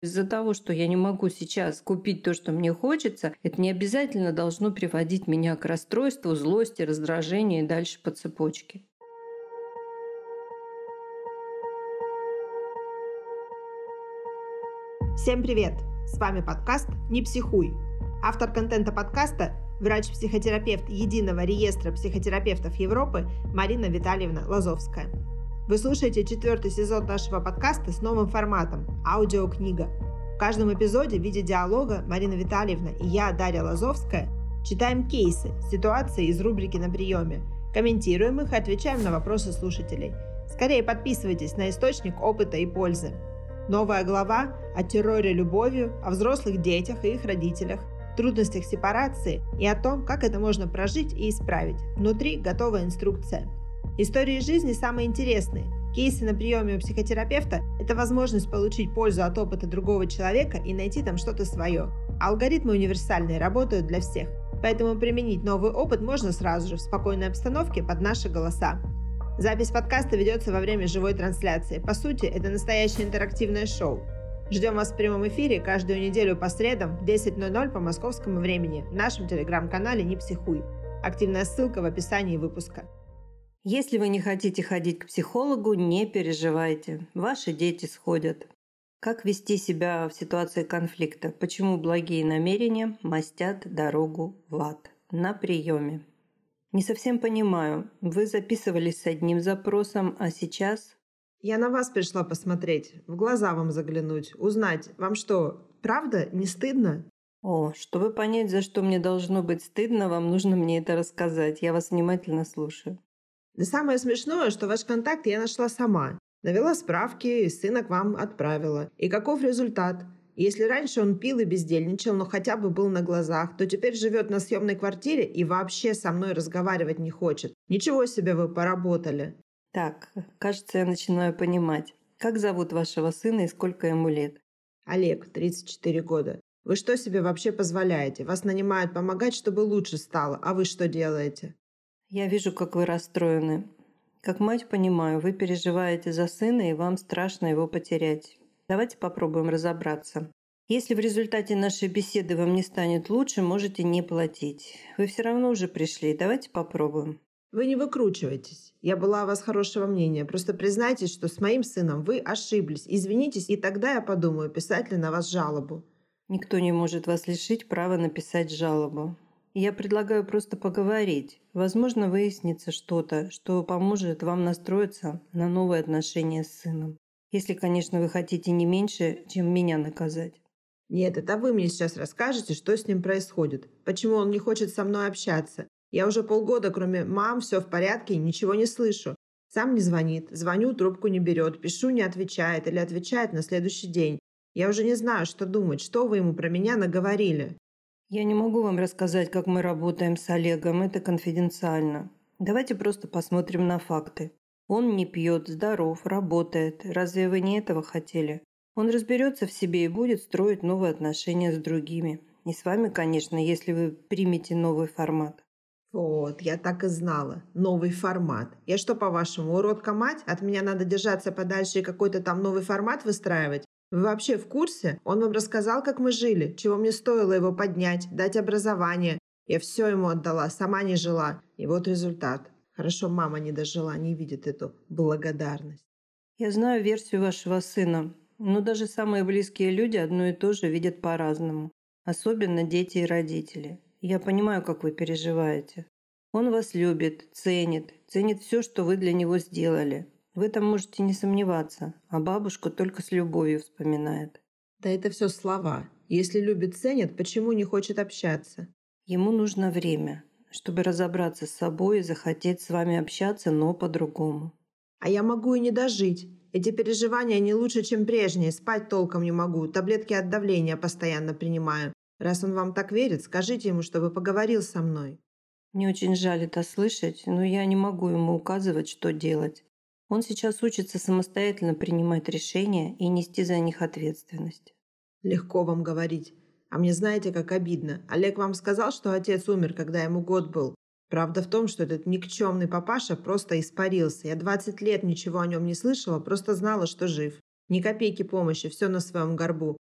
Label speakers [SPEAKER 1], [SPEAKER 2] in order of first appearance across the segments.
[SPEAKER 1] Из-за того, что я не могу сейчас купить то, что мне хочется, это не обязательно должно приводить меня к расстройству, злости, раздражению и дальше по цепочке.
[SPEAKER 2] Всем привет! С вами подкаст «Не психуй». Автор контента подкаста – врач-психотерапевт Единого реестра психотерапевтов Европы Марина Витальевна Лазовская. Вы слушаете 4-й сезон нашего подкаста с новым форматом – аудиокнига. В каждом эпизоде в виде диалога Марина Витальевна и я, Дарья Лазовская, читаем кейсы, ситуации из рубрики «На приеме», комментируем их и отвечаем на вопросы слушателей. Скорее подписывайтесь на источник опыта и пользы. Новая глава о терроре любовью, о взрослых детях и их родителях, трудностях сепарации и о том, как это можно прожить и исправить. Внутри готовая инструкция. Истории жизни самые интересные. Кейсы на приеме у психотерапевта – это возможность получить пользу от опыта другого человека и найти там что-то свое. Алгоритмы универсальные, работают для всех. Поэтому применить новый опыт можно сразу же в спокойной обстановке под наши голоса. Запись подкаста ведется во время живой трансляции. По сути, это настоящее интерактивное шоу. Ждем вас в прямом эфире каждую неделю по средам в 10:00 по московскому времени в нашем телеграм-канале «Не психуй». Активная ссылка в описании выпуска.
[SPEAKER 1] Если вы не хотите ходить к психологу, не переживайте. Ваши дети сходят. Как вести себя в ситуации конфликта? Почему благие намерения мастят дорогу в ад? На приеме. Не совсем понимаю. Вы записывались с одним запросом, а сейчас...
[SPEAKER 2] Я на вас пришла посмотреть, в глаза вам заглянуть, узнать, вам что, правда не стыдно?
[SPEAKER 1] О, чтобы понять, за что мне должно быть стыдно, вам нужно мне это рассказать. Я вас внимательно слушаю.
[SPEAKER 2] Да самое смешное, что ваш контакт я нашла сама. Навела справки и сына к вам отправила. И каков результат? Если раньше он пил и бездельничал, но хотя бы был на глазах, то теперь живет на съемной квартире и вообще со мной разговаривать не хочет. Ничего себе вы поработали.
[SPEAKER 1] Так, кажется, я начинаю понимать. Как зовут вашего сына и сколько ему лет?
[SPEAKER 2] Олег, 34 года. Вы что себе вообще позволяете? Вас нанимают помогать, чтобы лучше стало, а вы что делаете?
[SPEAKER 1] Я вижу, как вы расстроены. Как мать понимаю, вы переживаете за сына, и вам страшно его потерять. Давайте попробуем разобраться. Если в результате нашей беседы вам не станет лучше, можете не платить. Вы все равно уже пришли. Давайте попробуем.
[SPEAKER 2] Вы не выкручивайтесь. Я была о вас хорошего мнения. Просто признайтесь, что с моим сыном вы ошиблись. Извинитесь, и тогда я подумаю, писать ли на вас жалобу.
[SPEAKER 1] Никто не может вас лишить права написать жалобу. Я предлагаю просто поговорить. Возможно, выяснится что-то, что поможет вам настроиться на новые отношения с сыном. Если, конечно, вы хотите не меньше, чем меня наказать.
[SPEAKER 2] Нет, это вы мне сейчас расскажете, что с ним происходит. Почему он не хочет со мной общаться. Я уже полгода, кроме «мам, все в порядке», ничего не слышу. Сам не звонит, звоню, трубку не берет, пишу, не отвечает или отвечает на следующий день. Я уже не знаю, что думать, что вы ему про меня наговорили.
[SPEAKER 1] Я не могу вам рассказать, как мы работаем с Олегом, это конфиденциально. Давайте просто посмотрим на факты. Он не пьет, здоров, работает. Разве вы не этого хотели? Он разберется в себе и будет строить новые отношения с другими. И с вами, конечно, если вы примете новый формат.
[SPEAKER 2] Вот, я так и знала. Новый формат. Я что, по-вашему, уродка-мать? От меня надо держаться подальше и какой-то там новый формат выстраивать? Вы вообще в курсе? Он вам рассказал, как мы жили, чего мне стоило его поднять, дать образование. Я все ему отдала, сама не жила. И вот результат. Хорошо, мама не дожила, не видит эту благодарность.
[SPEAKER 1] Я знаю версию вашего сына, но даже самые близкие люди одно и то же видят по-разному. Особенно дети и родители. Я понимаю, как вы переживаете. Он вас любит, ценит все, что вы для него сделали. В этом можете не сомневаться, а бабушку только с любовью вспоминает.
[SPEAKER 2] Да это все слова. Если любит, ценит, почему не хочет общаться?
[SPEAKER 1] Ему нужно время, чтобы разобраться с собой и захотеть с вами общаться, но по-другому.
[SPEAKER 2] А я могу и не дожить. Эти переживания не лучше, чем прежние. Спать толком не могу. Таблетки от давления постоянно принимаю. Раз он вам так верит, скажите ему, чтобы поговорил со мной.
[SPEAKER 1] Мне очень жаль это слышать, но я не могу ему указывать, что делать. Он сейчас учится самостоятельно принимать решения и нести за них ответственность.
[SPEAKER 2] Легко вам говорить. А мне знаете, как обидно. Олег вам сказал, что отец умер, когда ему год был. Правда в том, что этот никчемный папаша просто испарился. Я 20 лет ничего о нем не слышала, просто знала, что жив. Ни копейки помощи, все на своем горбу.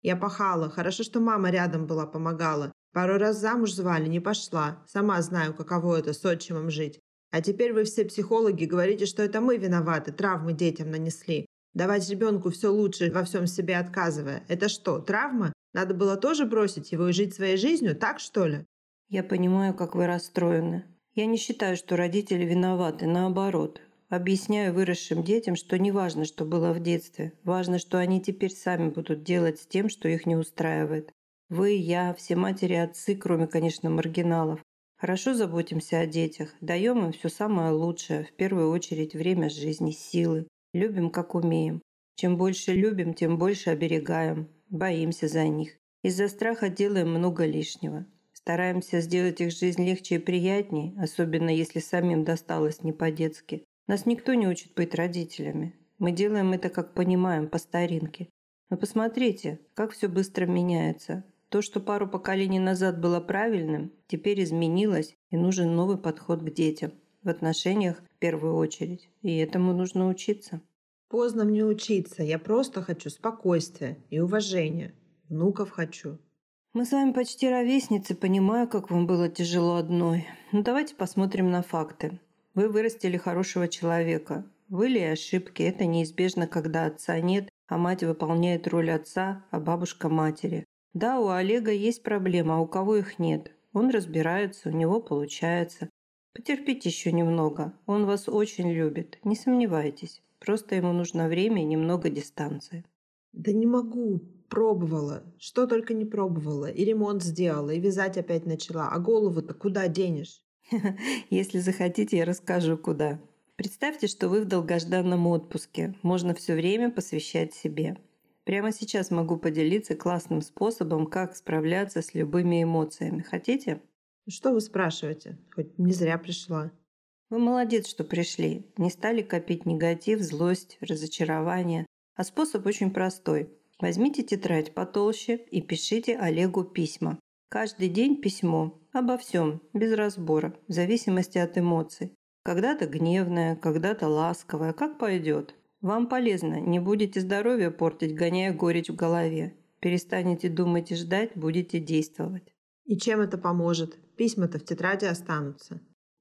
[SPEAKER 2] Я пахала, хорошо, что мама рядом была, помогала. Пару раз замуж звали, не пошла. Сама знаю, каково это с отчимом жить. А теперь вы все психологи говорите, что это мы виноваты, травмы детям нанесли. Давать ребенку все лучше, во всем себе отказывая. Это что, травма? Надо было тоже бросить его и жить своей жизнью, так что ли?
[SPEAKER 1] Я понимаю, как вы расстроены. Я не считаю, что родители виноваты, наоборот. Объясняю выросшим детям, что не важно, что было в детстве. Важно, что они теперь сами будут делать с тем, что их не устраивает. Вы, я, все матери и отцы, кроме, конечно, маргиналов. Хорошо заботимся о детях, даем им все самое лучшее, в первую очередь время жизни, силы. Любим, как умеем. Чем больше любим, тем больше оберегаем. Боимся за них. Из-за страха делаем много лишнего. Стараемся сделать их жизнь легче и приятнее, особенно если самим досталось не по-детски. Нас никто не учит быть родителями. Мы делаем это, как понимаем, по старинке. Но посмотрите, как все быстро меняется. То, что пару поколений назад было правильным, теперь изменилось, и нужен новый подход к детям. В отношениях в первую очередь. И этому нужно учиться.
[SPEAKER 2] Поздно мне учиться, я просто хочу спокойствия и уважения. Внуков хочу.
[SPEAKER 1] Мы с вами почти ровесницы, понимаю, как вам было тяжело одной. Но давайте посмотрим на факты. Вы вырастили хорошего человека. Были и ошибки, это неизбежно, когда отца нет, а мать выполняет роль отца, а бабушка матери. Да, у Олега есть проблемы, а у кого их нет. Он разбирается, у него получается. Потерпите еще немного, он вас очень любит, не сомневайтесь. Просто ему нужно время и немного дистанции.
[SPEAKER 2] Да не могу. Пробовала. Что только не пробовала. И ремонт сделала, и вязать опять начала. А голову-то куда денешь?
[SPEAKER 1] Если захотите, я расскажу, куда. Представьте, что вы в долгожданном отпуске. Можно все время посвящать себе. Прямо сейчас могу поделиться классным способом, как справляться с любыми эмоциями. Хотите?
[SPEAKER 2] Что вы спрашиваете? Хоть не зря пришла.
[SPEAKER 1] Вы молодец, что пришли. Не стали копить негатив, злость, разочарование. А способ очень простой. Возьмите тетрадь потолще и пишите Олегу письма. Каждый день письмо. Обо всем, без разбора, в зависимости от эмоций. Когда-то гневное, когда-то ласковое, как пойдет. Вам полезно, не будете здоровье портить, гоняя горечь в голове. Перестанете думать и ждать, будете действовать.
[SPEAKER 2] И чем это поможет? Письма-то в тетради останутся.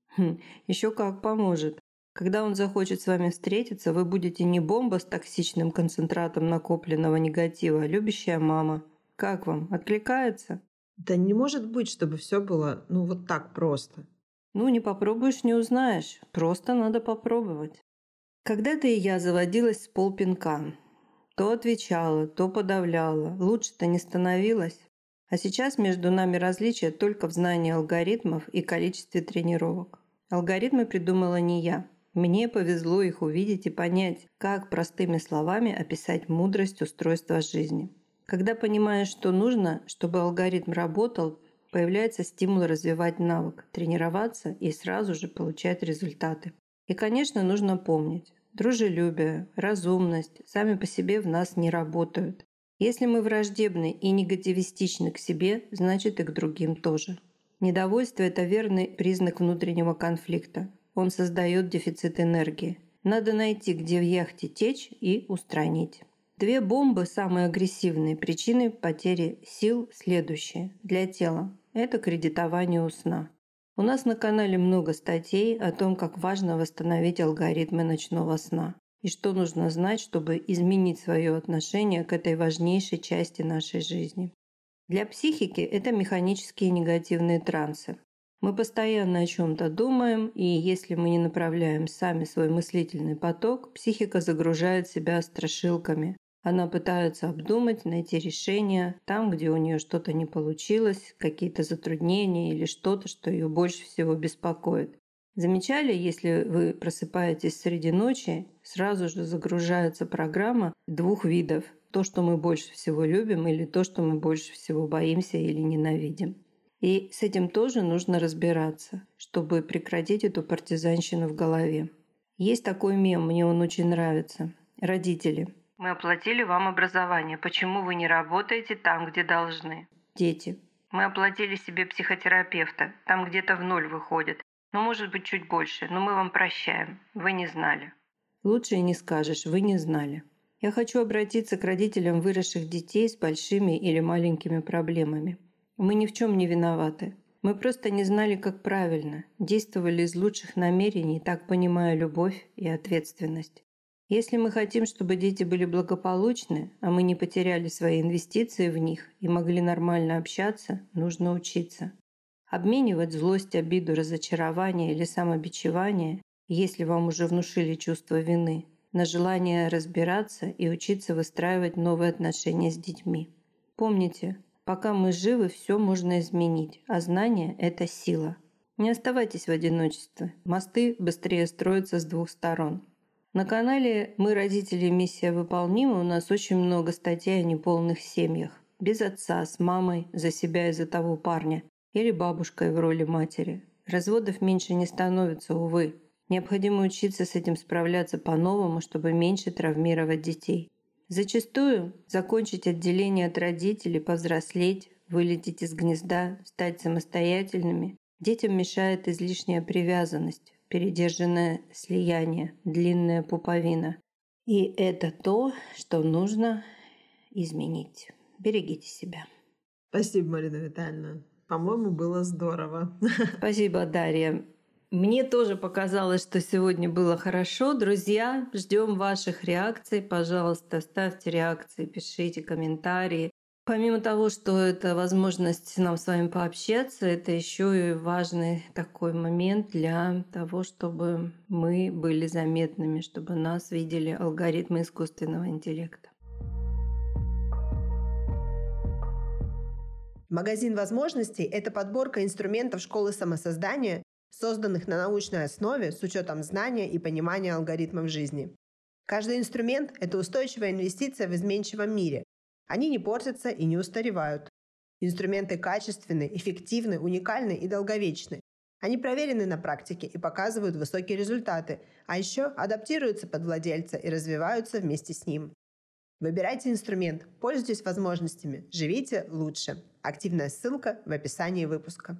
[SPEAKER 1] Еще как поможет. Когда он захочет с вами встретиться, вы будете не бомба с токсичным концентратом накопленного негатива, а любящая мама. Как вам? Откликается?
[SPEAKER 2] Да не может быть, чтобы все было, вот так просто.
[SPEAKER 1] Ну, не попробуешь, не узнаешь. Просто надо попробовать. Когда-то и я заводилась с полпинка. То отвечала, то подавляла. Лучше-то не становилось. А сейчас между нами различия только в знании алгоритмов и количестве тренировок. Алгоритмы придумала не я. Мне повезло их увидеть и понять, как простыми словами описать мудрость устройства жизни. Когда понимаешь, что нужно, чтобы алгоритм работал, появляется стимул развивать навык, тренироваться и сразу же получать результаты. И, конечно, нужно помнить, дружелюбие, разумность сами по себе в нас не работают. Если мы враждебны и негативистичны к себе, значит и к другим тоже. Недовольство – это верный признак внутреннего конфликта. Он создает дефицит энергии. Надо найти, где в яхте течь, и устранить. Две бомбы, самые агрессивные причины потери сил, следующие для тела. Это кредитование у сна. У нас на канале много статей о том, как важно восстановить алгоритмы ночного сна. И что нужно знать, чтобы изменить свое отношение к этой важнейшей части нашей жизни. Для психики это механические негативные трансы. Мы постоянно о чем-то думаем, и если мы не направляем сами свой мыслительный поток, психика загружает себя страшилками. Она пытается обдумать, найти решение там, где у нее что-то не получилось, какие-то затруднения или что-то, что ее больше всего беспокоит. Замечали, если вы просыпаетесь среди ночи, сразу же загружается программа двух видов. То, что мы больше всего любим, или то, что мы больше всего боимся или ненавидим. И с этим тоже нужно разбираться, чтобы прекратить эту партизанщину в голове. Есть такой мем, мне он очень нравится. Родители. Мы оплатили вам образование. Почему вы не работаете там, где должны? Дети. Мы оплатили себе психотерапевта. Там где-то в ноль выходит. Ну, может быть, чуть больше. Но мы вам прощаем. Вы не знали. Лучше и не скажешь. Вы не знали. Я хочу обратиться к родителям выросших детей с большими или маленькими проблемами. Мы ни в чем не виноваты. Мы просто не знали, как правильно, действовали из лучших намерений, так понимая любовь и ответственность. Если мы хотим, чтобы дети были благополучны, а мы не потеряли свои инвестиции в них и могли нормально общаться, нужно учиться. Обменивать злость, обиду, разочарование или самобичевание, если вам уже внушили чувство вины, на желание разбираться и учиться выстраивать новые отношения с детьми. Помните, пока мы живы, все можно изменить, а знание – это сила. Не оставайтесь в одиночестве. Мосты быстрее строятся с двух сторон. На канале «Мы, родители, миссия выполнима» у нас очень много статей о неполных семьях. Без отца, с мамой, за себя и за того парня. Или бабушкой в роли матери. Разводов меньше не становится, увы. Необходимо учиться с этим справляться по-новому, чтобы меньше травмировать детей. Зачастую закончить отделение от родителей, повзрослеть, вылететь из гнезда, стать самостоятельными детям мешает излишняя привязанность, передержанное слияние, длинная пуповина. И это то, что нужно изменить. Берегите себя.
[SPEAKER 2] Спасибо, Марина Витальевна. По-моему, было здорово.
[SPEAKER 1] Спасибо, Дарья. Мне тоже показалось, что сегодня было хорошо. Друзья, ждем ваших реакций. Пожалуйста, ставьте реакции, пишите комментарии. Помимо того, что это возможность нам с вами пообщаться, это еще и важный такой момент для того, чтобы мы были заметными, чтобы нас видели алгоритмы искусственного интеллекта.
[SPEAKER 2] Магазин возможностей – это подборка инструментов школы самосоздания, созданных на научной основе с учетом знания и понимания алгоритмов жизни. Каждый инструмент – это устойчивая инвестиция в изменчивом мире. Они не портятся и не устаревают. Инструменты качественны, эффективны, уникальны и долговечны. Они проверены на практике и показывают высокие результаты, а еще адаптируются под владельца и развиваются вместе с ним. Выбирайте инструмент, пользуйтесь возможностями, живите лучше. Активная ссылка в описании выпуска.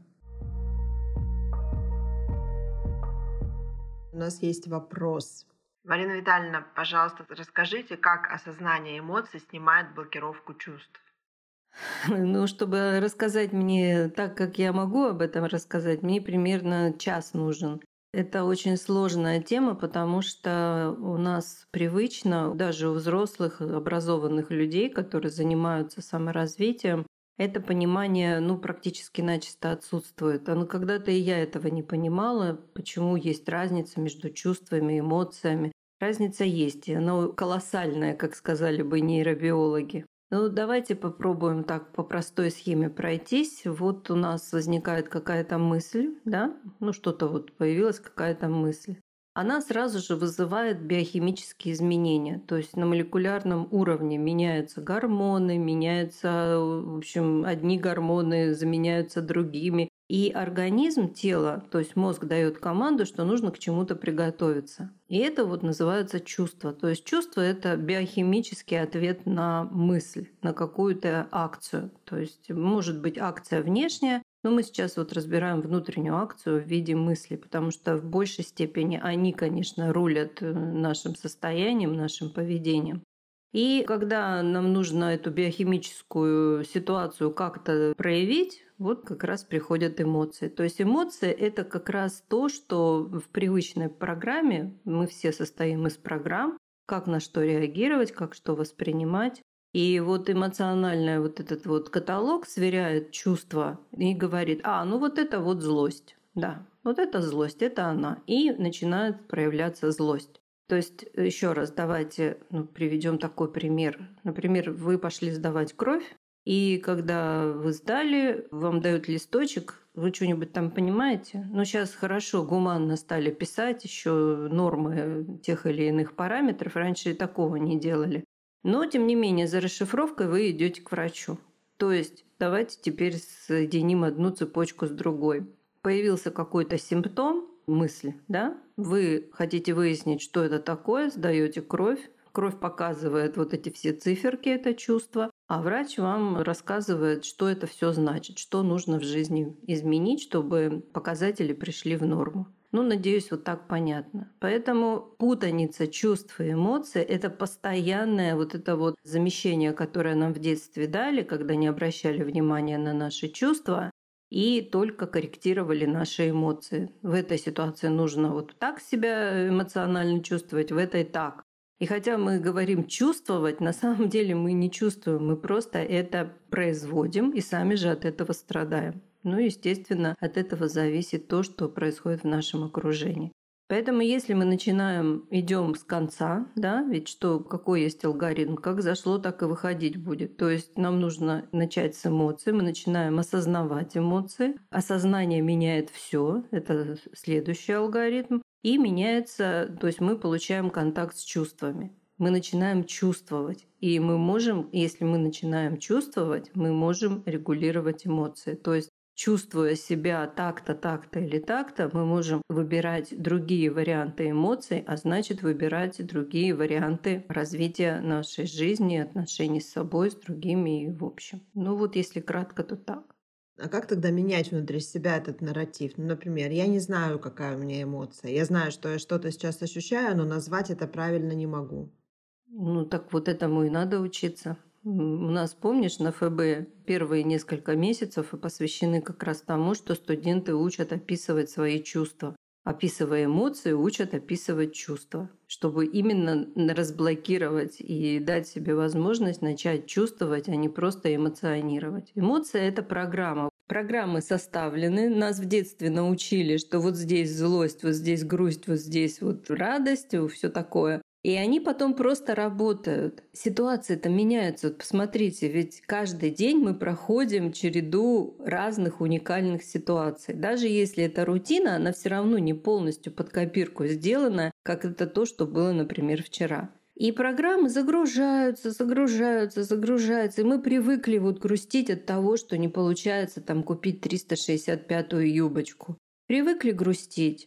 [SPEAKER 2] У нас есть вопрос. Марина Витальевна, пожалуйста, расскажите, как осознание эмоций снимает блокировку чувств.
[SPEAKER 1] Ну, чтобы рассказать мне так, как я могу об этом рассказать, мне примерно час нужен. Это очень сложная тема, потому что у нас привычно, даже у взрослых, образованных людей, которые занимаются саморазвитием, это понимание практически начисто отсутствует. Но когда-то и я этого не понимала, почему есть разница между чувствами и эмоциями. Разница есть, и она колоссальная, как сказали бы нейробиологи. Давайте попробуем так по простой схеме пройтись. Вот у нас возникает какая-то мысль, да? Что-то появилась какая-то мысль. Она сразу же вызывает биохимические изменения. То есть на молекулярном уровне меняются гормоны, в общем, одни гормоны заменяются другими. И организм, тело, то есть мозг дает команду, что нужно к чему-то приготовиться. И это называется чувство. То есть чувство – это биохимический ответ на мысль, на какую-то акцию. То есть может быть акция внешняя, но мы сейчас разбираем внутреннюю акцию в виде мысли, потому что в большей степени они, конечно, рулят нашим состоянием, нашим поведением. И когда нам нужно эту биохимическую ситуацию как-то проявить, как раз приходят эмоции. То есть эмоции – это как раз то, что в привычной программе, мы все состоим из программ, как на что реагировать, как что воспринимать. И эмоциональный этот каталог сверяет чувства и говорит, это злость. Да, это злость, это она. И начинает проявляться злость. То есть, еще раз, давайте приведем такой пример. Например, вы пошли сдавать кровь, и когда вы сдали, вам дают листочек, вы что-нибудь там понимаете? Сейчас хорошо, гуманно стали писать еще нормы тех или иных параметров. Раньше такого не делали. Но, тем не менее, за расшифровкой вы идете к врачу. То есть, давайте теперь соединим одну цепочку с другой. Появился какой-то симптом, мысли, да? Вы хотите выяснить, что это такое, сдаете кровь. Кровь показывает эти все циферки, это чувство, а врач вам рассказывает, что это все значит, что нужно в жизни изменить, чтобы показатели пришли в норму. Ну, надеюсь, вот так понятно. Поэтому путаница чувств и эмоций — это постоянное вот это вот замещение, которое нам в детстве дали, когда не обращали внимания на наши чувства и только корректировали наши эмоции. В этой ситуации нужно вот так себя эмоционально чувствовать, в этой так. И хотя мы говорим чувствовать, на самом деле мы не чувствуем, мы просто это производим и сами же от этого страдаем. Ну, естественно, от этого зависит то, что происходит в нашем окружении. Поэтому если мы идем с конца, да, ведь какой есть алгоритм, как зашло, так и выходить будет. То есть нам нужно начать с эмоций, мы начинаем осознавать эмоции. Осознание меняет все, это следующий алгоритм. И меняется, то есть мы получаем контакт с чувствами. Мы начинаем чувствовать. И если мы начинаем чувствовать, мы можем регулировать эмоции. То есть чувствуя себя так-то, так-то или так-то, мы можем выбирать другие варианты эмоций, а значит выбирать другие варианты развития нашей жизни, отношений с собой, с другими и в общем. Ну вот если кратко, то так.
[SPEAKER 2] А как тогда менять внутри себя этот нарратив? Ну, например, я не знаю, какая у меня эмоция. Я знаю, что я что-то сейчас ощущаю, но назвать это правильно не могу.
[SPEAKER 1] Ну так вот этому и надо учиться. У нас, помнишь, на ФБ первые несколько месяцев посвящены как раз тому, что студенты учат описывать свои чувства. Описывая эмоции, учат описывать чувства, чтобы именно разблокировать и дать себе возможность начать чувствовать, а не просто эмоционировать. Эмоция — это программа. Программы составлены, нас в детстве научили, что вот здесь злость, вот здесь грусть, вот здесь вот радость, все такое. И они потом просто работают. Ситуации-то меняются. Вот посмотрите, ведь каждый день мы проходим череду разных уникальных ситуаций. Даже если это рутина, она все равно не полностью под копирку сделана, как это то, что было, например, вчера. И программы загружаются. И мы привыкли вот грустить от того, что не получается там купить 365-ю юбочку. Привыкли грустить,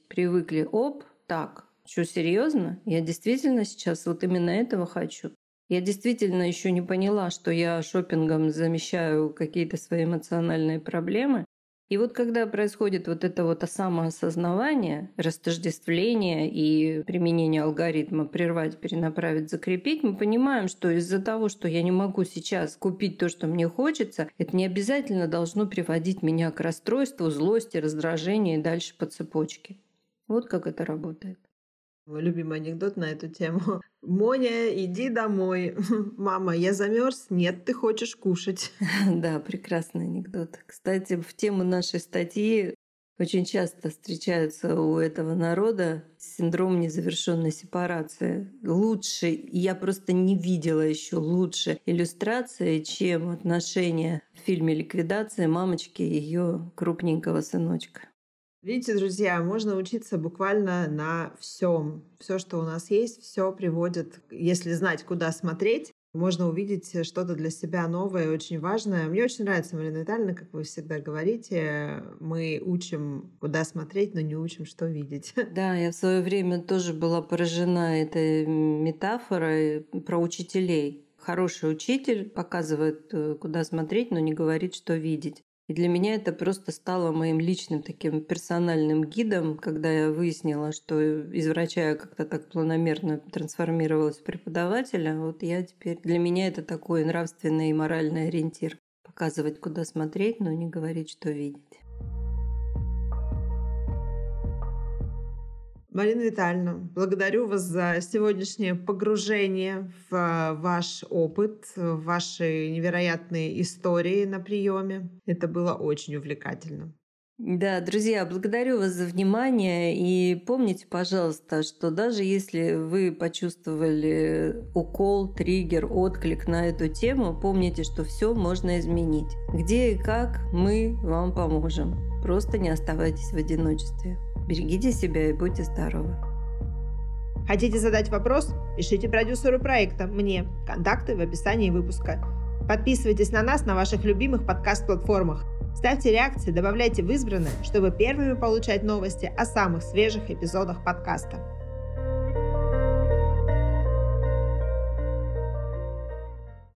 [SPEAKER 1] так. Что, серьезно? Я действительно сейчас вот именно этого хочу. Я действительно еще не поняла, что я шопингом замещаю какие-то свои эмоциональные проблемы. И вот когда происходит вот это вот самоосознавание, растождествление и применение алгоритма «прервать, перенаправить, закрепить», мы понимаем, что из-за того, что я не могу сейчас купить то, что мне хочется, это не обязательно должно приводить меня к расстройству, злости, раздражению и дальше по цепочке. Вот как это работает.
[SPEAKER 2] Мой любимый анекдот на эту тему. Моня, иди домой. Мама, я замерз? Нет, ты хочешь кушать.
[SPEAKER 1] Да, прекрасный анекдот. Кстати, в тему нашей статьи очень часто встречается у этого народа синдром незавершенной сепарации. Я просто не видела еще лучше иллюстрации, чем отношения в фильме «Ликвидация» мамочки и ее крупненького сыночка.
[SPEAKER 2] Видите, друзья, можно учиться буквально на всем. Все, что у нас есть, все приводит, если знать, куда смотреть, можно увидеть что-то для себя новое, очень важное. Мне очень нравится, Марина Витальевна, как вы всегда говорите, мы учим, куда смотреть, но не учим, что видеть.
[SPEAKER 1] Да, я в свое время тоже была поражена этой метафорой про учителей. Хороший учитель показывает, куда смотреть, но не говорит, что видеть. И для меня это просто стало моим личным таким персональным гидом, когда я выяснила, что из врача я как-то так планомерно трансформировалась в преподавателя. Вот для меня это такой нравственный и моральный ориентир. Показывать, куда смотреть, но не говорить, что видеть.
[SPEAKER 2] Марина Витальевна, благодарю вас за сегодняшнее погружение в ваш опыт, в ваши невероятные истории на приеме. Это было очень увлекательно.
[SPEAKER 1] Да, друзья, благодарю вас за внимание. И помните, пожалуйста, что даже если вы почувствовали укол, триггер, отклик на эту тему, помните, что все можно изменить. Где и как мы вам поможем. Просто не оставайтесь в одиночестве. Берегите себя и будьте здоровы.
[SPEAKER 2] Хотите задать вопрос? Пишите продюсеру проекта, мне. Контакты в описании выпуска. Подписывайтесь на нас на ваших любимых подкаст-платформах. Ставьте реакции, добавляйте в избранное, чтобы первыми получать новости о самых свежих эпизодах подкаста.